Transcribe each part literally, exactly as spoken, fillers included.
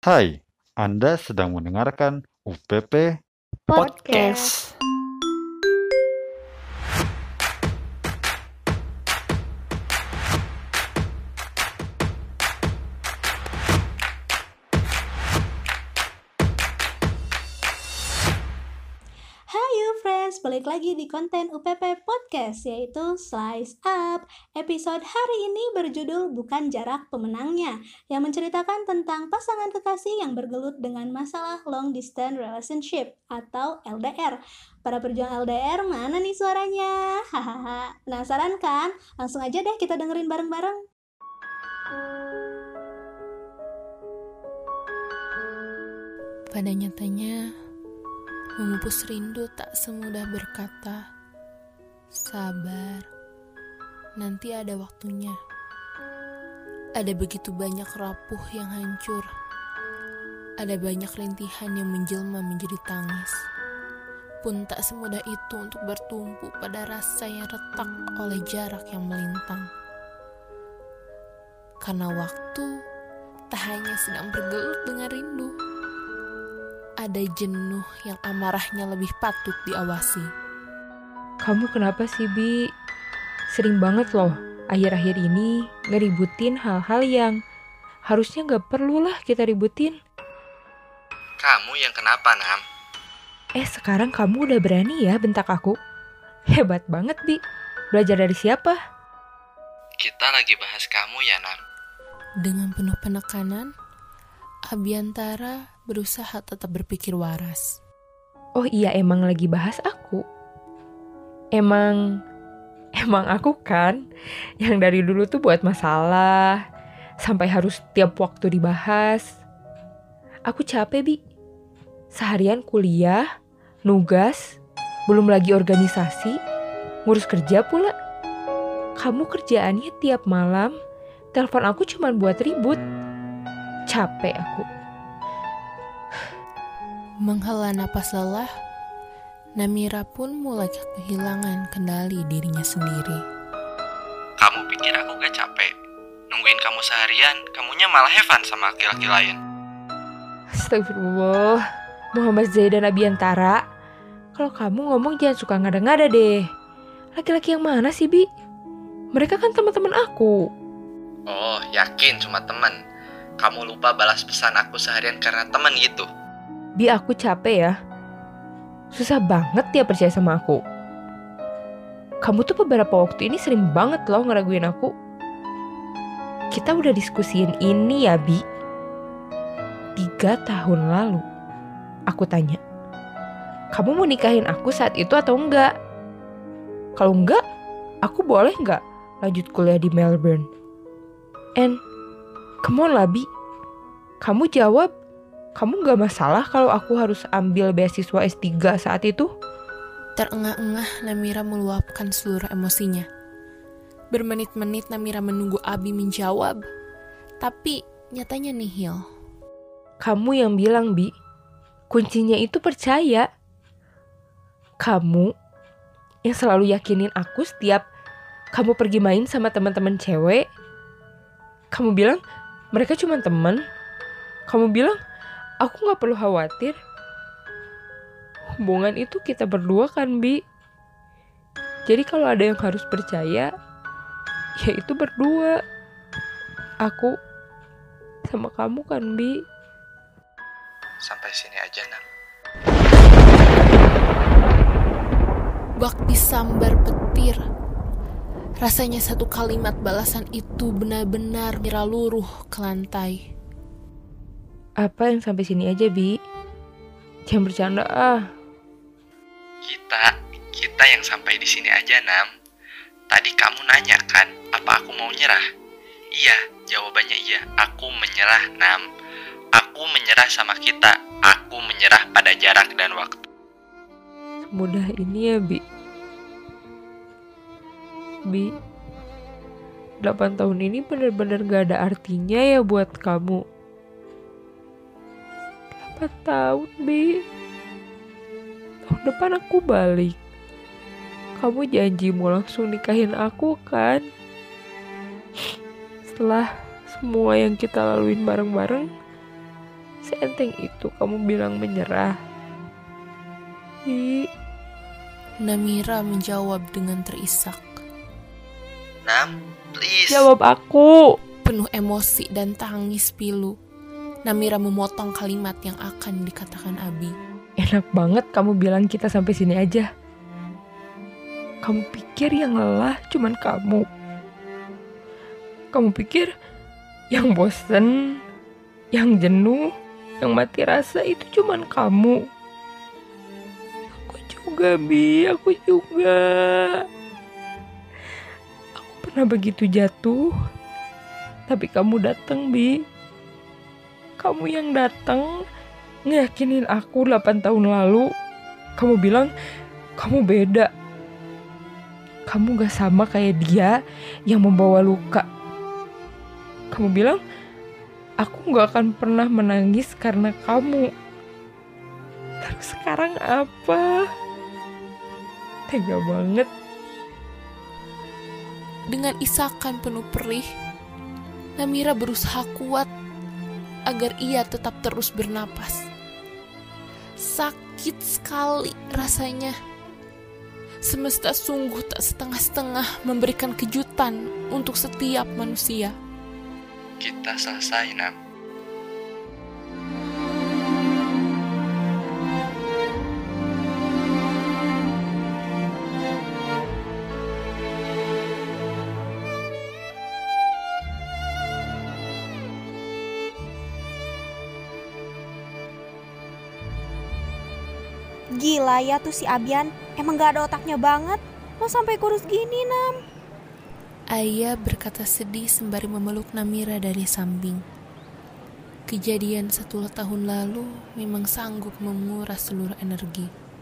Hai, Anda sedang mendengarkan U P P Podcast. Hai you friends, balik lagi di konten U P P Podcast, yaitu Slice Up. Episode hari ini berjudul Bukan Jarak Pemenangnya, yang menceritakan tentang pasangan kekasih yang bergelut dengan masalah long distance relationship atau L D R. Para perjuang L D R, mana nih suaranya? Hahaha, penasaran kan? Langsung aja deh kita dengerin bareng-bareng. Pada nyatanya, memupus rindu tak semudah berkata, sabar, nanti ada waktunya. Ada begitu banyak rapuh yang hancur. Ada banyak rintihan yang menjelma menjadi tangis. Pun tak semudah itu untuk bertumpu pada rasa yang retak oleh jarak yang melintang. Karena waktu tak hanya sedang bergelut dengan rindu. Ada jenuh yang amarahnya lebih patut diawasi. Kamu kenapa sih, Bi? Sering banget loh, akhir-akhir ini ngeributin hal-hal yang harusnya gak perlulah kita ributin. Kamu yang kenapa, Nam? Eh, sekarang kamu udah berani ya bentak aku? Hebat banget, Bi. Belajar dari siapa? Kita lagi bahas kamu ya, Nam. Dengan penuh penekanan, Abiantara berusaha tetap berpikir waras. Oh iya, emang lagi bahas aku. Emang, emang aku kan yang dari dulu tuh buat masalah, sampai harus tiap waktu dibahas. Aku capek, Bi. Seharian kuliah, nugas, belum lagi organisasi, ngurus kerja pula. Kamu kerjaannya tiap malam, telepon aku cuma buat ribut. Capek aku. Menghela napas lelah, Namira pun mulai kehilangan kendali dirinya sendiri. Kamu pikir aku gak capek? Nungguin kamu seharian, kamunya malah have fun sama laki-laki lain. Astagfirullah, Muhammad Zaidan Abiantara. Kalau kamu ngomong jangan suka ngada-ngada deh. Laki-laki yang mana sih, Bi? Mereka kan teman-teman aku. Oh, yakin cuma temen. Kamu lupa balas pesan aku seharian karena temen gitu. Bi, aku capek ya. Susah banget dia percaya sama aku. Kamu tuh beberapa waktu ini sering banget loh ngeraguin aku. Kita udah diskusiin ini ya, Bi. Tiga tahun lalu. Aku tanya, kamu mau nikahin aku saat itu atau enggak? Kalau enggak, aku boleh enggak lanjut kuliah di Melbourne? And come on lah, Bi. Kamu jawab, kamu gak masalah kalau aku harus ambil beasiswa S tiga saat itu? Terengah-engah Namira meluapkan seluruh emosinya. Bermenit-menit Namira menunggu Abi menjawab, tapi nyatanya nihil. Kamu yang bilang, Bi, kuncinya itu percaya. Kamu yang selalu yakinin aku setiap kamu pergi main sama teman-teman cewek. Kamu bilang mereka cuma teman. Kamu bilang aku gak perlu khawatir. Hubungan itu kita berdua kan, Bi. Jadi kalau ada yang harus percaya, ya itu berdua. Aku sama kamu kan, Bi. Sampai sini aja, Nam. Bak disambar petir. Rasanya satu kalimat balasan itu benar-benar Mira luruh ke lantai. Apa yang sampai sini aja, Bi? Jangan bercanda ah. Kita, kita yang sampai di sini aja, Nam. Tadi kamu nanya kan, apa aku mau nyerah? Iya, jawabannya iya. Aku menyerah, Nam. Aku menyerah sama kita. Aku menyerah pada jarak dan waktu. Semudah ini ya, Bi. Bi, delapan tahun ini benar-benar gak ada artinya ya buat kamu. delapan tahun, Bi. Tahun depan aku balik. Kamu janji mau langsung nikahin aku kan? Setelah semua yang kita laluin bareng-bareng, Seenteng itu kamu bilang menyerah. Bi. Namira menjawab dengan terisak. Nam, please. Jawab aku. Penuh emosi dan tangis pilu, Namira memotong kalimat yang akan dikatakan Abi. Enak banget kamu bilang kita sampai sini aja. Kamu pikir yang lelah cuman kamu. Kamu pikir yang bosen, yang jenuh, yang mati rasa itu cuman kamu. Aku juga, Bi, aku juga. Aku pernah begitu jatuh, tapi kamu datang, Bi. Kamu yang datang ngeyakinin aku delapan tahun lalu. Kamu bilang kamu beda. Kamu gak sama kayak dia yang membawa luka. Kamu bilang aku gak akan pernah menangis karena kamu. Terus sekarang apa? Tega banget. Dengan isakan penuh perih, Namira berusaha kuat agar ia tetap terus bernapas. Sakit sekali rasanya. Semesta sungguh tak setengah-setengah memberikan kejutan untuk setiap manusia. Kita selesai, Nam. Gila ya tuh si Abian, emang gak ada otaknya banget. Lo sampai kurus gini, Nam. Ayah berkata sedih sembari memeluk Namira dari samping. Kejadian satu tahun lalu memang sanggup menguras seluruh energi.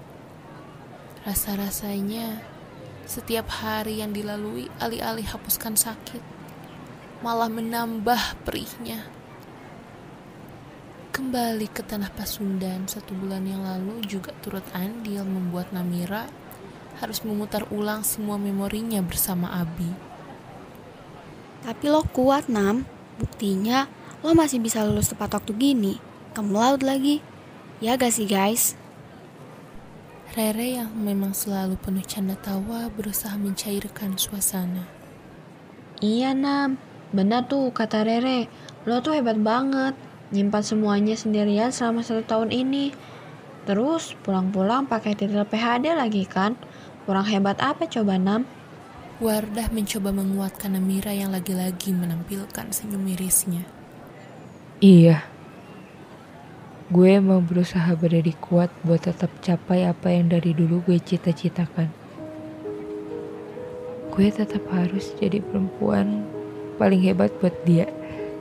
Rasa-rasanya setiap hari yang dilalui alih-alih hapuskan sakit, malah menambah perihnya. Kembali ke tanah Pasundan satu bulan yang lalu juga turut andil membuat Namira harus memutar ulang semua memorinya bersama Abi. Tapi lo kuat, Nam. Buktinya lo masih bisa lulus tepat waktu gini. Kamu laut lagi. Ya gak sih, guys? Rere yang memang selalu penuh canda tawa berusaha mencairkan suasana. Iya, Nam. Benar tuh kata Rere. Lo tuh hebat banget. Nyimpan semuanya sendirian selama satu tahun ini. Terus pulang-pulang pakai titel P H D lagi kan? Kurang hebat apa coba, Nam? Wardah mencoba menguatkan Namira yang lagi-lagi menampilkan senyum mirisnya. Iya. Gue mau berusaha berdiri kuat buat tetap capai apa yang dari dulu gue cita-citakan. Gue tetap harus jadi perempuan paling hebat buat dia.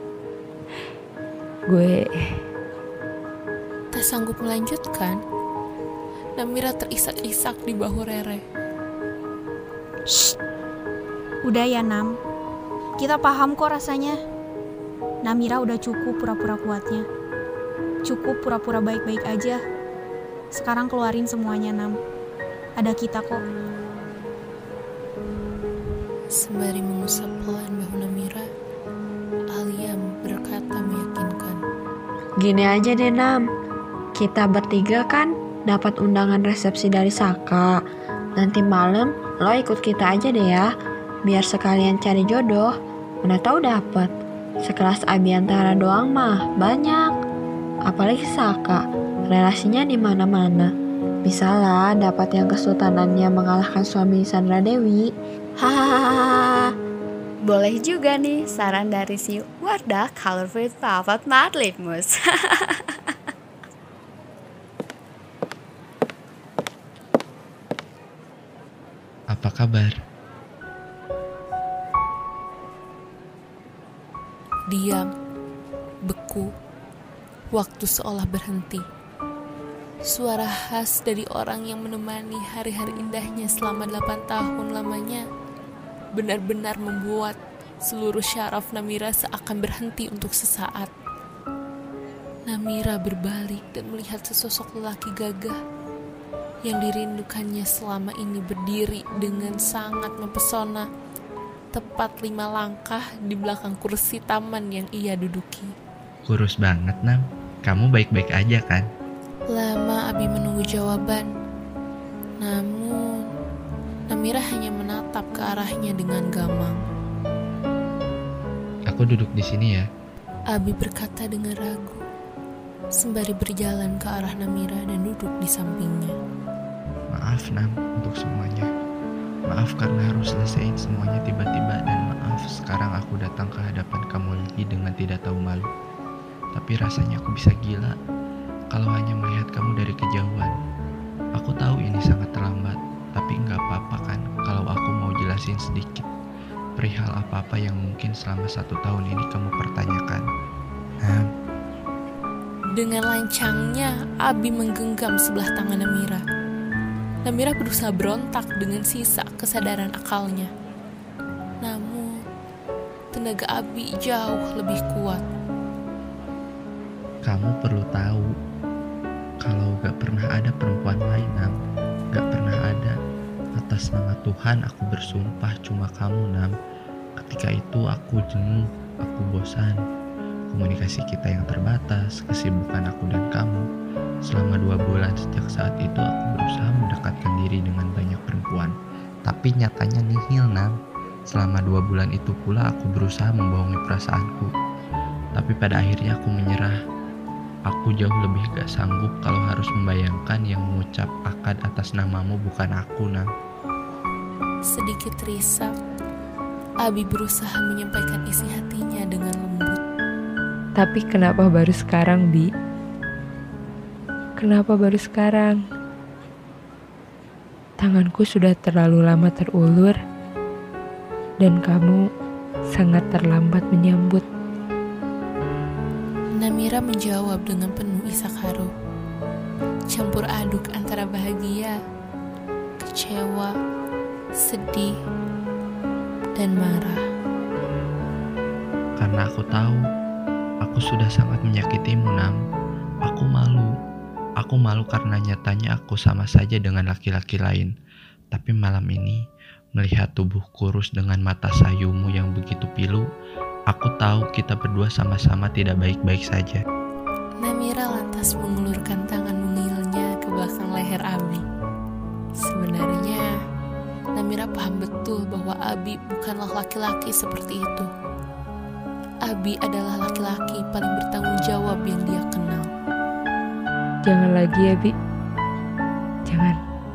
Gue tak sanggup melanjutkan, Namira terisak-isak di bahu Rere. Shh. Udah ya, Nam. Kita paham kok rasanya. Namira udah cukup pura-pura kuatnya. Cukup pura-pura baik-baik aja. Sekarang keluarin semuanya, Nam. Ada kita kok. Sembari mengusap pelan bahu Namira, Alia berkata meyakinkan. Gini aja deh, Nam. Kita bertiga kan dapat undangan resepsi dari Saka. Nanti malam lo ikut kita aja deh ya. Biar sekalian cari jodoh. Mana tahu dapet. Sekelas Abiantara doang mah banyak. Apalagi Saka. Relasinya di mana-mana. Bisa lah dapat yang kesultanannya mengalahkan suami Sandra Dewi. Hahaha. Boleh juga nih saran dari si Wardah Colorful Velvet Matte Lip Mousse. Apa kabar? Diam, beku, waktu seolah berhenti. Suara khas dari orang yang menemani hari-hari indahnya selama delapan tahun lamanya benar-benar membuat seluruh syaraf Namira seakan berhenti untuk sesaat. Namira berbalik dan melihat sesosok lelaki gagah yang dirindukannya selama ini berdiri dengan sangat mempesona, tepat lima langkah di belakang kursi taman yang ia duduki. Kurus banget, Nam. Kamu baik-baik aja kan? Lama Abi menunggu jawaban. Namun, Namira hanya menatap ke arahnya dengan gamang. Aku duduk di sini ya. Abi berkata dengan ragu, sembari berjalan ke arah Namira dan duduk di sampingnya. Maaf Nam untuk semuanya. Maaf karena harus selesaiin semuanya tiba-tiba, dan maaf sekarang aku datang ke hadapan kamu lagi dengan tidak tahu malu. Tapi rasanya aku bisa gila kalau hanya melihat kamu dari kejauhan. Aku tahu ini sangat terlambat, tapi nggak apa-apa kan kalau aku mau jelasin sedikit perihal apa-apa yang mungkin selama satu tahun ini kamu pertanyakan. Nam. Dengan lancangnya, Abi menggenggam sebelah tangan Namira. Namira berusaha berontak dengan sisa kesadaran akalnya. Namun, tenaga Abi jauh lebih kuat. Kamu perlu tahu, kalau gak pernah ada perempuan lain, Nam. Gak pernah ada. Atas nama Tuhan aku bersumpah cuma kamu, Nam. Ketika itu aku jenuh, aku bosan. Komunikasi kita yang terbatas, kesibukan aku dan kamu. Selama dua bulan sejak saat itu aku berusaha mendekatkan diri dengan banyak perempuan. Tapi nyatanya nihil, Nam. Selama dua bulan itu pula aku berusaha membohongi perasaanku. Tapi pada akhirnya aku menyerah. Aku jauh lebih gak sanggup kalau harus membayangkan yang mengucap akad atas namamu bukan aku, Nam. Sedikit risau, Abi berusaha menyampaikan isi hatinya dengan lembut. Tapi kenapa baru sekarang, Bi? Kenapa baru sekarang? Tanganku sudah terlalu lama terulur, dan kamu sangat terlambat menyambut. Namira menjawab dengan penuh isak haru, campur aduk antara bahagia, kecewa, sedih, dan marah. Karena aku tahu, aku sudah sangat menyakitimu, Nam. Aku malu. Aku malu karena nyatanya aku sama saja dengan laki-laki lain. Tapi malam ini, melihat tubuh kurus dengan mata sayumu yang begitu pilu, aku tahu kita berdua sama-sama tidak baik-baik saja. Namira lantas mengulurkan tangan mengilnya ke belakang leher Abi. Sebenarnya, Namira paham betul bahwa Abi bukanlah laki-laki seperti itu. Abi adalah laki-laki paling bertanggung jawab yang dia kenal. Jangan lagi ya, Bi. Jangan.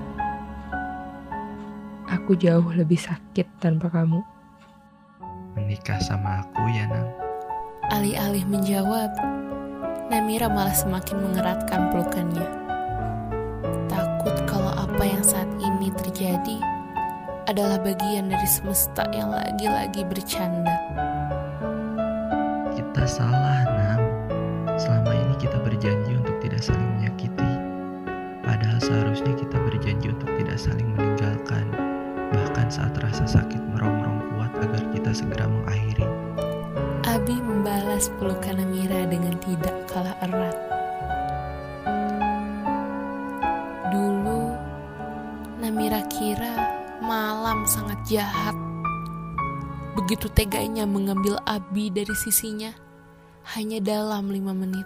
Aku jauh lebih sakit tanpa kamu. Menikah sama aku ya, Nam. Alih-alih menjawab, Namira malah semakin mengeratkan pelukannya. Takut kalau apa yang saat ini terjadi adalah bagian dari semesta yang lagi-lagi bercanda. Kita salah, Nam. Selama ini kita berjanji untuk tidak saling menyakiti. Padahal seharusnya kita berjanji untuk tidak saling meninggalkan. Bahkan saat rasa sakit merongrong kuat agar kita segera mengakhiri. Abi membalas pelukan Namira dengan tidak kalah erat. Dulu, Namira kira malam sangat jahat. Begitu teganya mengambil Abi dari sisinya, hanya dalam lima menit.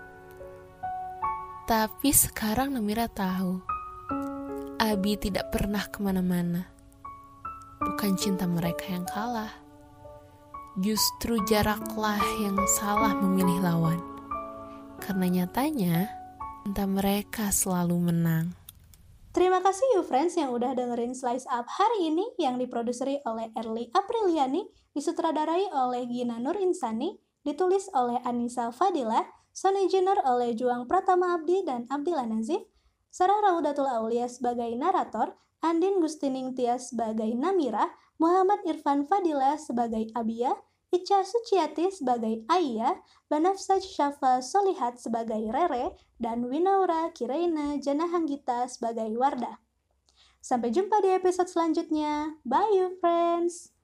Tapi sekarang Namira tahu, Abi tidak pernah kemana-mana. Bukan cinta mereka yang kalah, justru jaraklah yang salah memilih lawan. Karena nyatanya, cinta mereka selalu menang. Terima kasih you friends yang udah dengerin Slice Up hari ini yang diproduseri oleh Erly Apriliani, disutradarai oleh Gina Nur Insani, ditulis oleh Anissa Fadila, sound engineer oleh Juang Pratama Abdi dan Abdillah Nazif, Sarah Raudatul Aulia sebagai narator, Andin Gustining Tias sebagai Namira, Muhammad Irfan Fadila sebagai Abia, Ica Suciati sebagai Aya, Banafsaj Syafa Solihat sebagai Rere, dan Winaura Kiraina Janahanggita sebagai Wardah. Sampai jumpa di episode selanjutnya. Bye you friends!